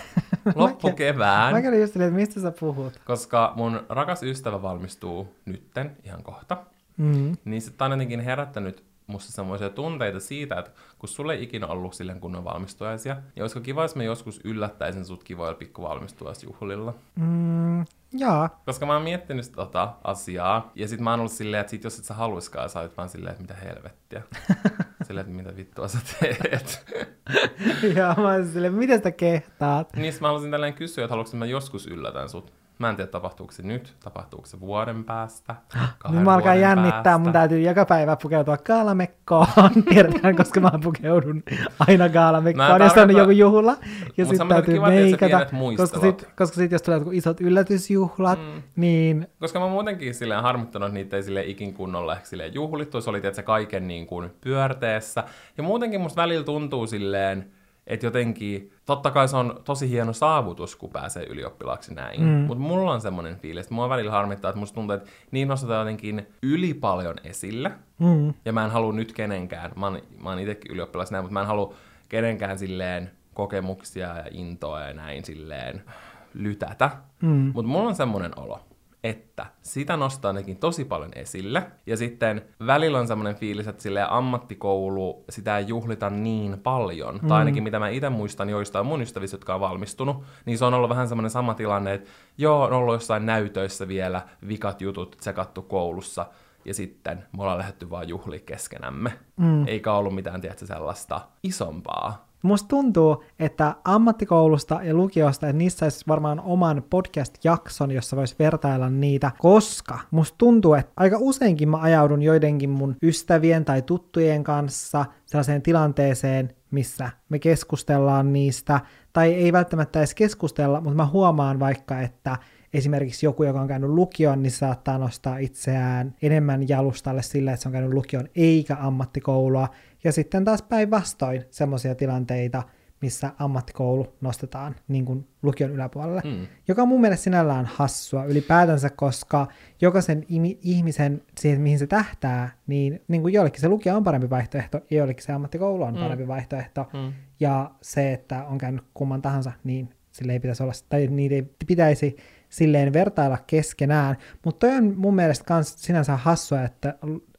Loppukevään. Mä kävin just silleen, että mistä sä puhut? Koska mun rakas ystävä valmistuu nytten ihan kohta. Niin se on jotenkin herättänyt musta semmoisia tunteita siitä, että kun sulle ei ikinä ollut silleen kunnon valmistujaisia, niin olisiko kiva, jos mä joskus yllättäisin sut kivoilla pikkuvalmistujaisjuhlilla? Jaa. Koska mä oon miettinyt tota asiaa, ja sit mä oon ollut silleen, että sit jos et sä haluiskaan, sä olet vaan silleen, että mitä helvettiä. Silleen, että mitä vittua sä teet. Joo, mä oon silleen, mitä sitä kehtaat? Niin mä haluaisin tälleen kysyä, että haluatko mä joskus yllätän sut. Mä en tiedä, tapahtuuko se nyt, tapahtuuko se vuoden päästä, 2 Nyt mä alkaa vuoden jännittää, päästä. mun täytyy joka päivä pukeutua gaalamekkoon, tiedetään, koska mä pukeudun aina gaalamekkoon, jos on joku juhla. Ja sit täytyy meikata, koska sit jos tulee joku isot yllätysjuhlat, niin... Koska mä muutenkin silleen harmittanut, että niitä ei silleen ikin kunnolla ehkä silleen juhlittu, se oli tietysti kaiken niin kuin pyörteessä. Ja muutenkin musta välillä tuntuu silleen, että jotenkin, totta kai se on tosi hieno saavutus, kun pääsee ylioppilaaksi näin. Mutta mulla on semmoinen fiilis, että mua välillä harmittaa, että musta tuntuu, että niin nostetaan jotenkin yli paljon esille. Ja mä en halua nyt kenenkään, mä oon itsekin ylioppilas näin, mutta mä en halua kenenkään silleen kokemuksia ja intoa ja näin silleen lytätä. Mutta mulla on semmoinen olo, että sitä nostaa nekin tosi paljon esille. Ja sitten välillä on semmoinen fiilis, että silleen ammattikoulu, sitä ei juhlita niin paljon. Tai ainakin mitä mä itse muistan joistain mun ystävistä, jotka on valmistunut, niin se on ollut vähän semmoinen sama tilanne, että joo, on ollut jossain näytöissä vielä vikat jutut tsekattu koulussa. Ja sitten me ollaan lähdetty vaan juhliin keskenämme. Eikä ollut mitään, tiedätkö, sellaista isompaa. Musta tuntuu, että ammattikoulusta ja lukiosta, että niissä olisi varmaan oman podcast-jakson, jossa voisi vertailla niitä, koska musta tuntuu, että aika useinkin mä ajaudun joidenkin mun ystävien tai tuttujen kanssa sellaiseen tilanteeseen, missä me keskustellaan niistä, tai ei välttämättä edes keskustella, mutta mä huomaan vaikka, että esimerkiksi joku, joka on käynyt lukion, niin saattaa nostaa itseään enemmän jalustalle sillä, että se on käynyt lukion eikä ammattikoulua. Ja sitten taas päinvastoin semmoisia tilanteita, missä ammattikoulu nostetaan niin kuin lukion yläpuolelle, joka on mun mielestä sinällään hassua ylipäätänsä, koska jokaisen ihmisen siihen, mihin se tähtää, niin kuin jollekin se lukio on parempi vaihtoehto, ja jollekin se ammattikoulu on parempi vaihtoehto. Ja se, että on käynyt kumman tahansa, niin sille ei pitäisi olla, tai niitä ei pitäisi silleen vertailla keskenään, mutta toi on mun mielestä kans sinänsä hassua, että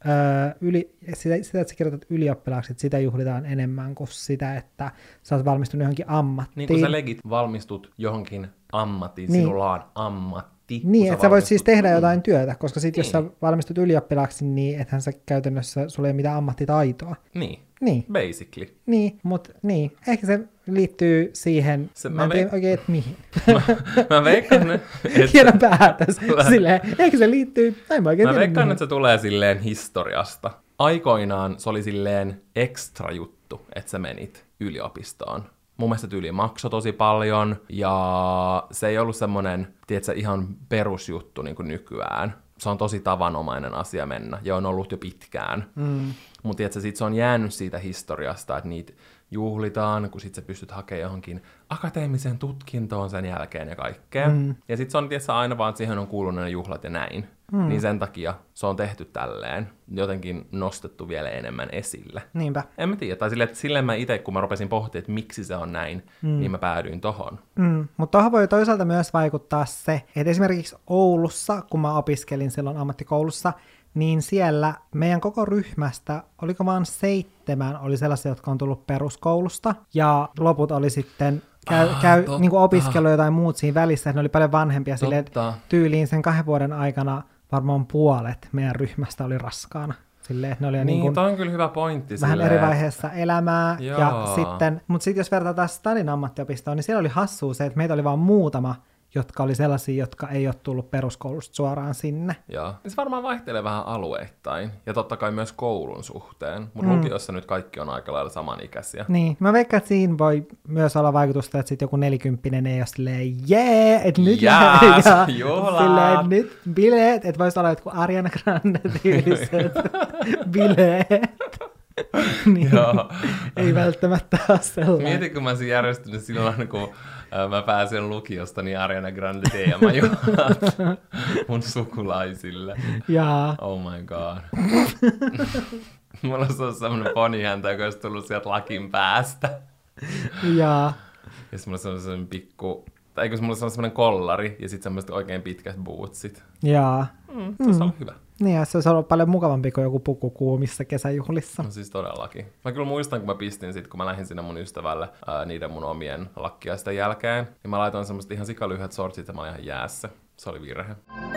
sitä, että sä kirjoitat ylioppilaaksi, että sitä juhlitaan enemmän kuin sitä, että sä oot valmistunut johonkin ammattiin. Niin kun sä legit valmistut johonkin ammattiin, niin. Sinulla on ammatti. Niin, että sä voit siis tehdä jotain työtä, koska sit jos sä valmistut ylioppilaaksi, niin ethän sä käytännössä, sulla ei ole mitään ammattitaitoa. Niin, basically. Niin, mutta niin, ehkä se liittyy siihen, mä en tiedä oikein, että mihin. Mä veikkaan, että... Hieno päätös. Silleen, ehkä se liittyy, mä oikein Mä tiedä veikkaan, mihin. että se tulee silleen historiasta. Aikoinaan se oli silleen ekstra juttu, että sä menit yliopistoon. Mun mielestä tyyli maksoi tosi paljon, ja se ei ollut semmoinen, tiedätkö, ihan perusjuttu niin kuin nykyään. Se on tosi tavanomainen asia mennä, ja on ollut jo pitkään. Mutta tiedätkö, sit se on jäänyt siitä historiasta, että niitä juhlitaan, kun sit sä pystyt hakemaan johonkin akateemiseen tutkintoon sen jälkeen ja kaikkea. Ja sit se on tietysti aina vaan, että siihen on kuulunut ne juhlat ja näin. Niin sen takia se on tehty tälleen, jotenkin nostettu vielä enemmän esille. Niinpä. En mä tiedä, tai silleen mä itse, kun mä rupesin pohtimaan, että miksi se on näin, niin mä päädyin tohon. Mutta tuohon voi toisaalta myös vaikuttaa se, että esimerkiksi Oulussa, kun mä opiskelin silloin ammattikoulussa, niin siellä meidän koko ryhmästä, oliko vaan 7, oli sellaisia, jotka on tullut peruskoulusta, ja loput oli sitten niin kuin opiskelu jotain muut siinä välissä, että ne oli paljon vanhempia, silleen tyyliin sen 2 vuoden aikana varmaan puolet meidän ryhmästä oli raskaana. Silleen, että ne oli niin kuin toi on kyllä hyvä pointti. Vähän silleen, eri vaiheessa elämää, Joo. ja sitten, mutta sitten jos vertaa taas Stadin ammattiopistoon, niin siellä oli hassua se, että meitä oli vaan muutama, jotka oli sellaisia, jotka ei ole tullut peruskoulusta suoraan sinne. Joo. Se varmaan vaihtelee vähän alueittain, ja totta kai myös koulun suhteen, mutta lukiossa nyt kaikki on aika lailla samanikäisiä. Niin, mä veikkaan, että siinä voi myös olla vaikutusta, että sitten joku 40 ei ole silleen, jee, että nyt silleen, nyt bileet, että voisi olla jotkut Ariana Grande tyyliset bileet. Niin, ei välttämättä ole sellainen. Mietin, kun mä olisin järjestynyt silloin, kun mä pääsin lukiosta, niin Ariana Grande teemajuhlat mun sukulaisille. Jaa. Oh my god. Mulla olisi ollut semmoinen ponihäntä, joka olisi tullut sieltä lakin päästä. Jaa. Ja sitten mulla olisi semmoinen pikku, tai eikö mulla olisi semmoinen kollari, ja sitten semmoiset oikein pitkät bootsit. Jaa. Se on hyvä. Niin, ja se olisi ollut paljon mukavampi kuin joku puku kuumissa kesäjuhlissa. No siis todellakin. Mä kyllä muistan, kun mä pistin sit, kun mä lähdin sinne mun ystävälle niiden mun omien lakkiaisten jälkeen, niin mä laitoin semmoset ihan sikalyhyet sortsit ja mä olin ihan jäässä. Se oli virhe.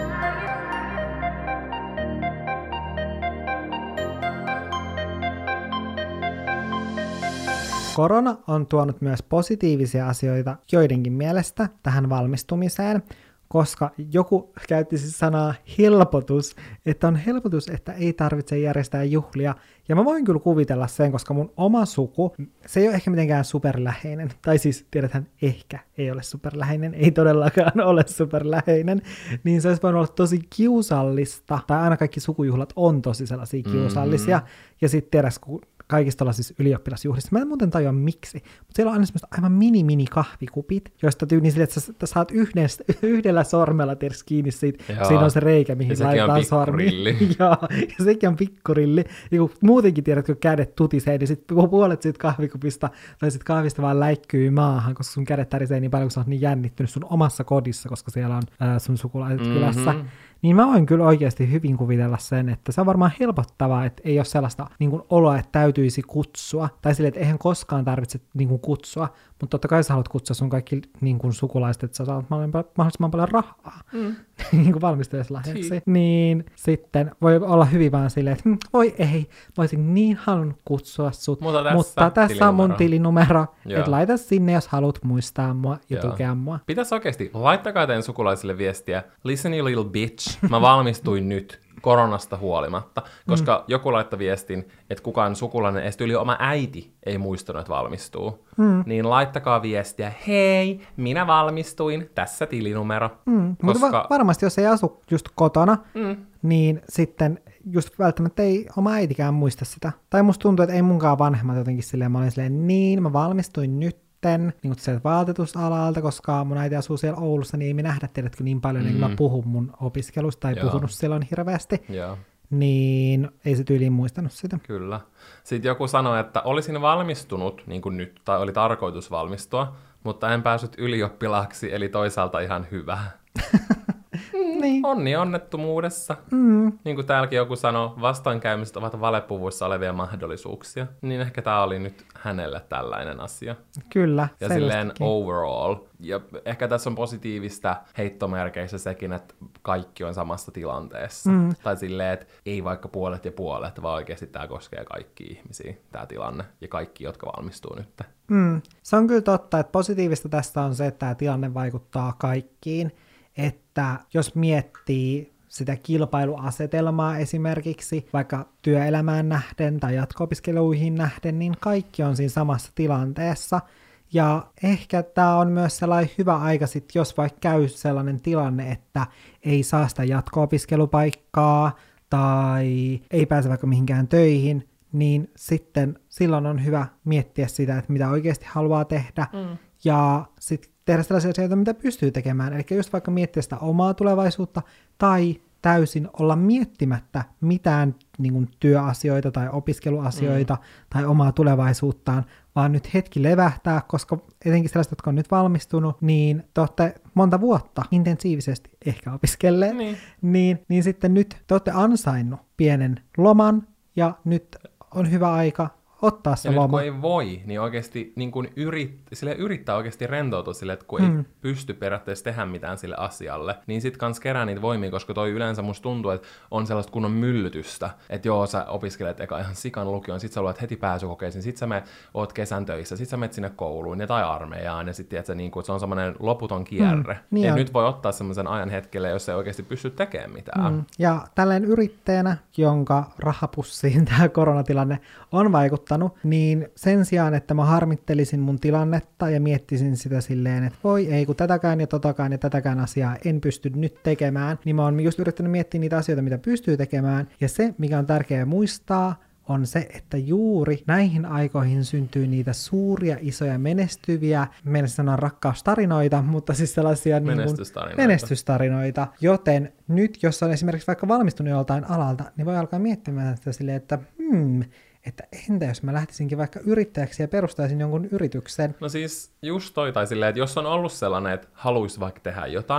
Korona on tuonut myös positiivisia asioita joidenkin mielestä tähän valmistumiseen, koska joku käytti siis sanaa helpotus, että on helpotus, että ei tarvitse järjestää juhlia. Ja mä voin kyllä kuvitella sen, koska mun oma suku, se ei ole ehkä mitenkään superläheinen. Tai siis tiedetään, ehkä ei ole superläheinen, ei todellakaan ole superläheinen. Niin se olisi voinut olla tosi kiusallista, tai aina kaikki sukujuhlat on tosi sellaisia kiusallisia. Ja sitten tiedäs, kun kaikista olla siis ylioppilasjuhlissa. Mä en muuten tajua miksi, mutta siellä on aina semmoista aivan mini kahvikupit, joista tyyliin sille, että sä saat yhdellä sormella tiedätkö kiinni siitä, siinä on se reikä, mihin laitetaan sormi. Ja sekin on pikkurilli. Ja kun muutenkin tiedät, kun kädet tutisee, niin sitten puolet siitä kahvikupista tai siitä kahvista vaan läikkyy maahan, koska sun kädet tärisee niin paljon, kun sä oot niin jännittynyt sun omassa kodissa, koska siellä on sun sukulaiset kylässä. Niin mä voin kyllä oikeasti hyvin kuvitella sen, että se on varmaan helpottavaa, että ei ole sellaista niin kuin oloa, että täytyisi kutsua, tai silleen, että eihän koskaan tarvitse niin kuin kutsua, mutta totta kai sä haluat kutsua sun kaikki niin kuin sukulaiset, että sä saat mahdollisimman paljon rahaa niin kuin valmistujaslahjaksi. Niin sitten voi olla hyvin vaan silleen, että voi ei, mä olisin niin halunnut kutsua sut, mutta tässä on mun tilinumero, että laita sinne, jos haluat muistaa mua ja tukea mua. Pitäisi oikeasti, laittakaa teidän sukulaisille viestiä, listen you little bitch, mä valmistuin nyt koronasta huolimatta, koska joku laittoi viestin, että kukaan sukulainen, edes yli oma äiti ei muistanut, että valmistuu. Niin laittakaa viestiä, hei, minä valmistuin, tässä tilinumero. Koska... Mutta varmasti, jos ei asu just kotona, niin sitten just välttämättä ei oma äitikään muista sitä. Tai musta tuntuu, että ei munkaan vanhemmat jotenkin silleen, mä olin silleen, niin, mä valmistuin nyt, niin kuin sieltä vaatetusalalta, koska mun äiti asuu siellä Oulussa, niin ei me nähdä, tiedätkö, niin paljon, niin mä puhun mun opiskelusta, tai puhunut silloin hirveästi, niin ei se tyyliin muistanut sitä. Kyllä. Sitten joku sanoi, että olisin valmistunut, niin kuin nyt, tai oli tarkoitus valmistua, mutta en päässyt ylioppilaaksi, eli toisaalta ihan hyvä. Niin. Onni onnettomuudessa. Niin kuin täälläkin joku sanoi, vastoinkäymiset ovat valepuvuissa olevia mahdollisuuksia. Niin ehkä tämä oli nyt hänelle tällainen asia. Kyllä. Ja silleen overall. Ja ehkä tässä on positiivista heittomerkeissä sekin, että kaikki on samassa tilanteessa. Tai silleen, että ei vaikka puolet ja puolet, vaan oikeasti tämä koskee kaikkia ihmisiä, tämä tilanne. Ja kaikki, jotka valmistuu nyt. Se on kyllä totta, että positiivista tästä on se, että tämä tilanne vaikuttaa kaikkiin. Että jos miettii sitä kilpailuasetelmaa esimerkiksi, vaikka työelämään nähden tai jatko-opiskeluihin nähden, niin kaikki on siinä samassa tilanteessa. Ja ehkä tämä on myös sellainen hyvä aika sit, jos vaikka käy sellainen tilanne, että ei saa sitä jatko-opiskelupaikkaa tai ei pääse vaikka mihinkään töihin, niin sitten silloin on hyvä miettiä sitä, että mitä oikeasti haluaa tehdä. Ja sitten tehdä sellaisia asioita, mitä pystyy tekemään. Eli just vaikka miettiä sitä omaa tulevaisuutta tai täysin olla miettimättä mitään niin kuin työasioita tai opiskeluasioita tai omaa tulevaisuuttaan, vaan nyt hetki levähtää, koska etenkin sellaiset, jotka on nyt valmistunut, niin te olette monta vuotta intensiivisesti ehkä opiskelleet, niin sitten nyt te olette ansainnut pienen loman ja nyt on hyvä aika ottaa se ja loma. Nyt kun ei voi, niin oikeasti niin kun yrittää oikeasti rentoutua sille, että kun ei pysty periaatteessa tehdä mitään sille asialle, niin sit kans kerää niitä voimia, koska toi yleensä musta tuntuu, että on sellaista kunnon myllytystä, että joo, sä opiskelet eka ihan sikan lukioon, sit sä luet heti pääsykokeisiin, sit sä oot kesän töissä, sit sä menet sinne kouluun ja tai armeijaan, ja sit tiedät, että se on semmoinen loputon kierre. Ja nyt voi ottaa semmoisen ajan hetkelle, jos ei oikeasti pysty tekemään mitään. Ja tälleen yrittäjänä, jonka rahapussiin tämä koronatilanne on vaikuttanut, niin sen sijaan, että mä harmittelisin mun tilannetta ja miettisin sitä silleen, että voi ei, kun tätäkään ja tätäkään asiaa en pysty nyt tekemään, niin mä oon just yrittänyt miettiä niitä asioita, mitä pystyy tekemään, ja se, mikä on tärkeää muistaa, on se, että juuri näihin aikoihin syntyy niitä suuria, isoja, menestyviä, meidän sanoa rakkaustarinoita, mutta siis sellaisia menestystarinoita. Joten nyt, jos on esimerkiksi vaikka valmistunut joltain alalta, niin voi alkaa miettimään sitä silleen, että että entä jos mä lähtisinkin vaikka yrittäjäksi ja perustaisin jonkun yrityksen? No siis just toi, tai silleen, että jos on ollut sellainen, että haluaisi vaikka tehdä jotain,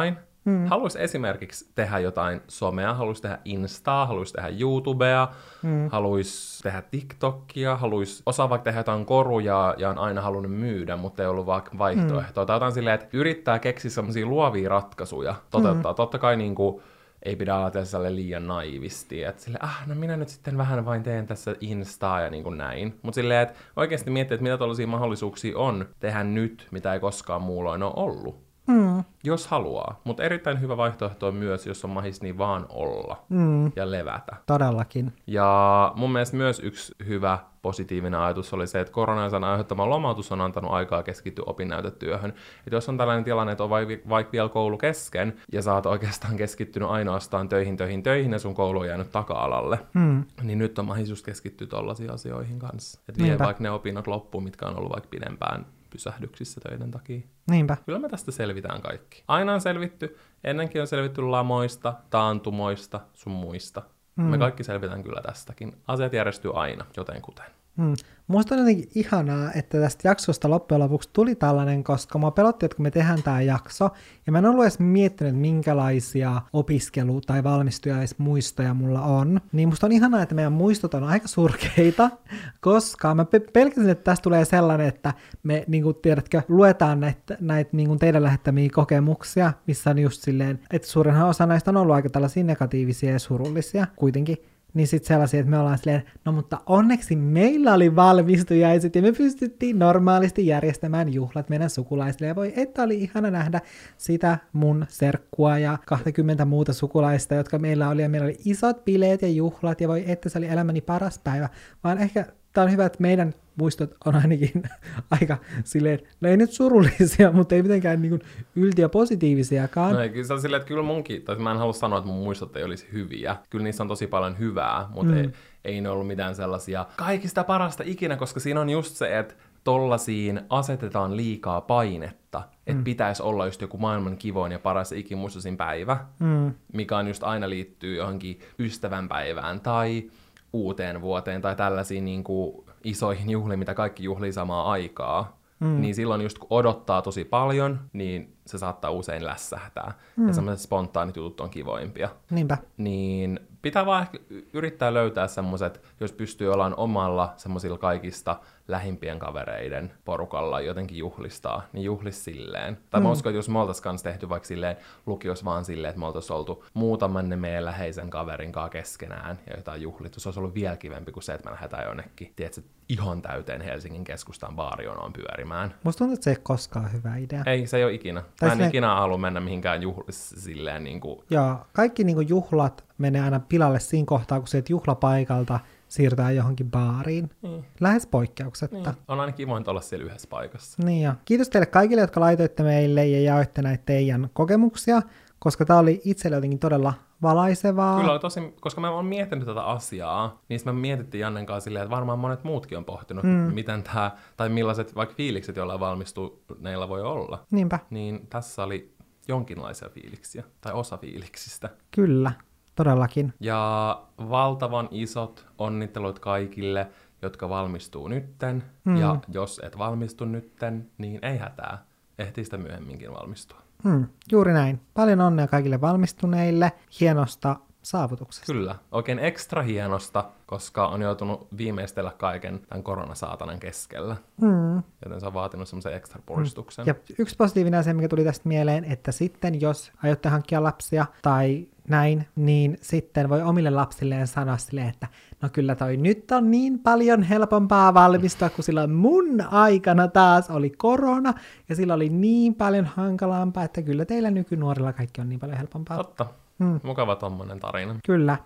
Haluaisi esimerkiksi tehdä jotain somea, haluaisi tehdä Instaa, haluaisi tehdä YouTubea, haluaisi tehdä TikTokia, haluaisi osaa vaikka tehdä jotain koruja ja on aina halunnut myydä, mutta ei ollut vaikka vaihtoehtoa. Tai jotain silleen, että yrittää keksiä sellaisia luovia ratkaisuja, toteuttaa. Totta kai niinku ei pidä ajatella liian naivisti, että silleen, no minä nyt sitten vähän vain teen tässä Instaa ja niin kuin näin. Mutta silleen, että oikeasti miettiä, että mitä tällaisia mahdollisuuksia on tehdä nyt, mitä ei koskaan muulloin ole ollut. Jos haluaa. Mutta erittäin hyvä vaihtoehto on myös, jos on mahis niin vaan olla ja levätä. Todellakin. Ja mun mielestä myös yksi hyvä positiivinen ajatus oli se, että koronan aiheuttama lomautus on antanut aikaa keskittyä opinnäytetyöhön. Että jos on tällainen tilanne, että on vaikka vielä koulu kesken, ja sä oot oikeastaan keskittynyt ainoastaan töihin, ja sun koulu on jäänyt taka-alalle, niin nyt on mahdollisuus keskittyä tollaisiin asioihin kanssa. Että vie vaikka ne opinnot loppuun, mitkä on ollut vaikka pidempään pysähdyksissä töiden takia. Niinpä. Kyllä me tästä selvitään kaikki. Aina on selvitty, ennenkin on selvitty lamoista, taantumoista, sun muista. Me kaikki selvitään kyllä tästäkin. Asiat järjestyy aina, jotenkuten. Musta on jotenkin ihanaa, että tästä jaksosta loppujen lopuksi tuli tällainen, koska mua pelotti, että kun me tehdään tämä jakso, ja mä en ollut edes miettinyt, minkälaisia opiskelu- tai valmistujaismuistoja mulla on, niin musta on ihanaa, että meidän muistot on aika surkeita, koska mä pelkäsin, että tästä tulee sellainen, että me, niin kuin tiedätkö, luetaan näitä niin kuin teidän lähettämiä kokemuksia, missä on just silleen, että suurinhan osa näistä on ollut aika tällaisia negatiivisia ja surullisia kuitenkin, niin sitten sellaisia, että me ollaan silleen, no mutta onneksi meillä oli valmistujaiset ja me pystyttiin normaalisti järjestämään juhlat meidän sukulaisille. Ja voi, että oli ihana nähdä sitä mun serkkua ja 20 muuta sukulaista, jotka meillä oli. Ja meillä oli isot bileet ja juhlat ja voi, että se oli elämäni paras päivä. Vaan ehkä tämä on hyvä, että meidän muistot on ainakin aika silleen, no ei nyt surullisia, mutta ei mitenkään niin kuin yltiö positiivisiakaan. No ei, kyllä se on silleen, että kyllä munkin, tai mä en halua sanoa, että mun muistot ei olisi hyviä. Kyllä niissä on tosi paljon hyvää, mutta ei ne ollut mitään sellaisia kaikista parasta ikinä, koska siinä on just se, että tollasiin asetetaan liikaa painetta, että pitäisi olla just joku maailman kivoin ja paras ikimuistoisin päivä, mikä on just aina liittyy johonkin ystävänpäivään tai uuteen vuoteen tai tällaisiin niin kuin isoihin juhliin, mitä kaikki juhlii samaa aikaa, niin silloin just kun odottaa tosi paljon, niin se saattaa usein lässähtää. Ja sellaiset spontaanit jutut on kivoimpia. Niinpä. Niin pitää vaan ehkä yrittää löytää semmoiset, jos pystyy olemaan omalla semmoisilla kaikista lähimpien kavereiden porukalla jotenkin juhlistaa, niin juhlis silleen. Tai mä uskon, että jos me oltais kans tehty vaikka silleen lukios vaan silleen, että me oltais oltu muutaman meidän läheisen kaverin kanssa keskenään ja jotain juhlittu, se olisi ollut vielä kivempi kuin se, että me lähdetään jonnekin, tiedätkö, ihan täyteen Helsingin keskustaan baarionoon pyörimään. Musta tuntuu, että se ei koskaan hyvä idea. Ei, se ei ole ikinä. Mä en ikinä halua mennä mihinkään silleen niin kuin. Joo, kaikki niin kuin juhlat menee aina pilalle siinä kohtaa, kun sieltä juhlapaikalta siirtää johonkin baariin. Lähes poikkeuksetta. On aina kivointa olla siellä yhdessä paikassa. Niin ja kiitos teille kaikille, jotka laitoitte meille ja jaoitte näitä teidän kokemuksia, koska tämä oli itselle jotenkin todella valaisevaa. Kyllä oli tosi, koska mä oon miettinyt tätä asiaa, niin me mietittiin Jannen kanssa silleen, että varmaan monet muutkin on pohtinut, miten tämä, tai millaiset vaikka fiilikset, joilla valmistuneilla voi olla. Niinpä. Niin tässä oli jonkinlaisia fiiliksiä, tai osa fiiliksistä. Kyllä, todellakin. Ja valtavan isot onnittelut kaikille, jotka valmistuu nytten, ja jos et valmistu nytten, niin ei hätää, ehtii sitä myöhemminkin valmistua. Juuri näin. Paljon onnea kaikille valmistuneille, hienosta saavutuksesta. Kyllä, oikein ekstra hienosta, koska on joutunut viimeistellä kaiken tämän koronasaatanan keskellä. Joten se on vaatinut semmoisen ekstra puristuksen. Ja yksi positiivinen asia, mikä tuli tästä mieleen, että sitten jos aiotte hankkia lapsia tai näin, niin sitten voi omille lapsilleen sanoa silleen, että no kyllä toi nyt on niin paljon helpompaa valmistua, kun silloin mun aikana taas oli korona, ja sillä oli niin paljon hankalampaa, että kyllä teillä nykynuorilla kaikki on niin paljon helpompaa. Totta. Mukava tommonen tarina. Kyllä.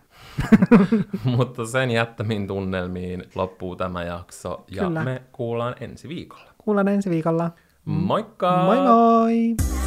Mutta sen jättämiin tunnelmiin loppuu tämä jakso, ja me kuullaan ensi viikolla. Kuullaan ensi viikolla. Moikka! Moi moi!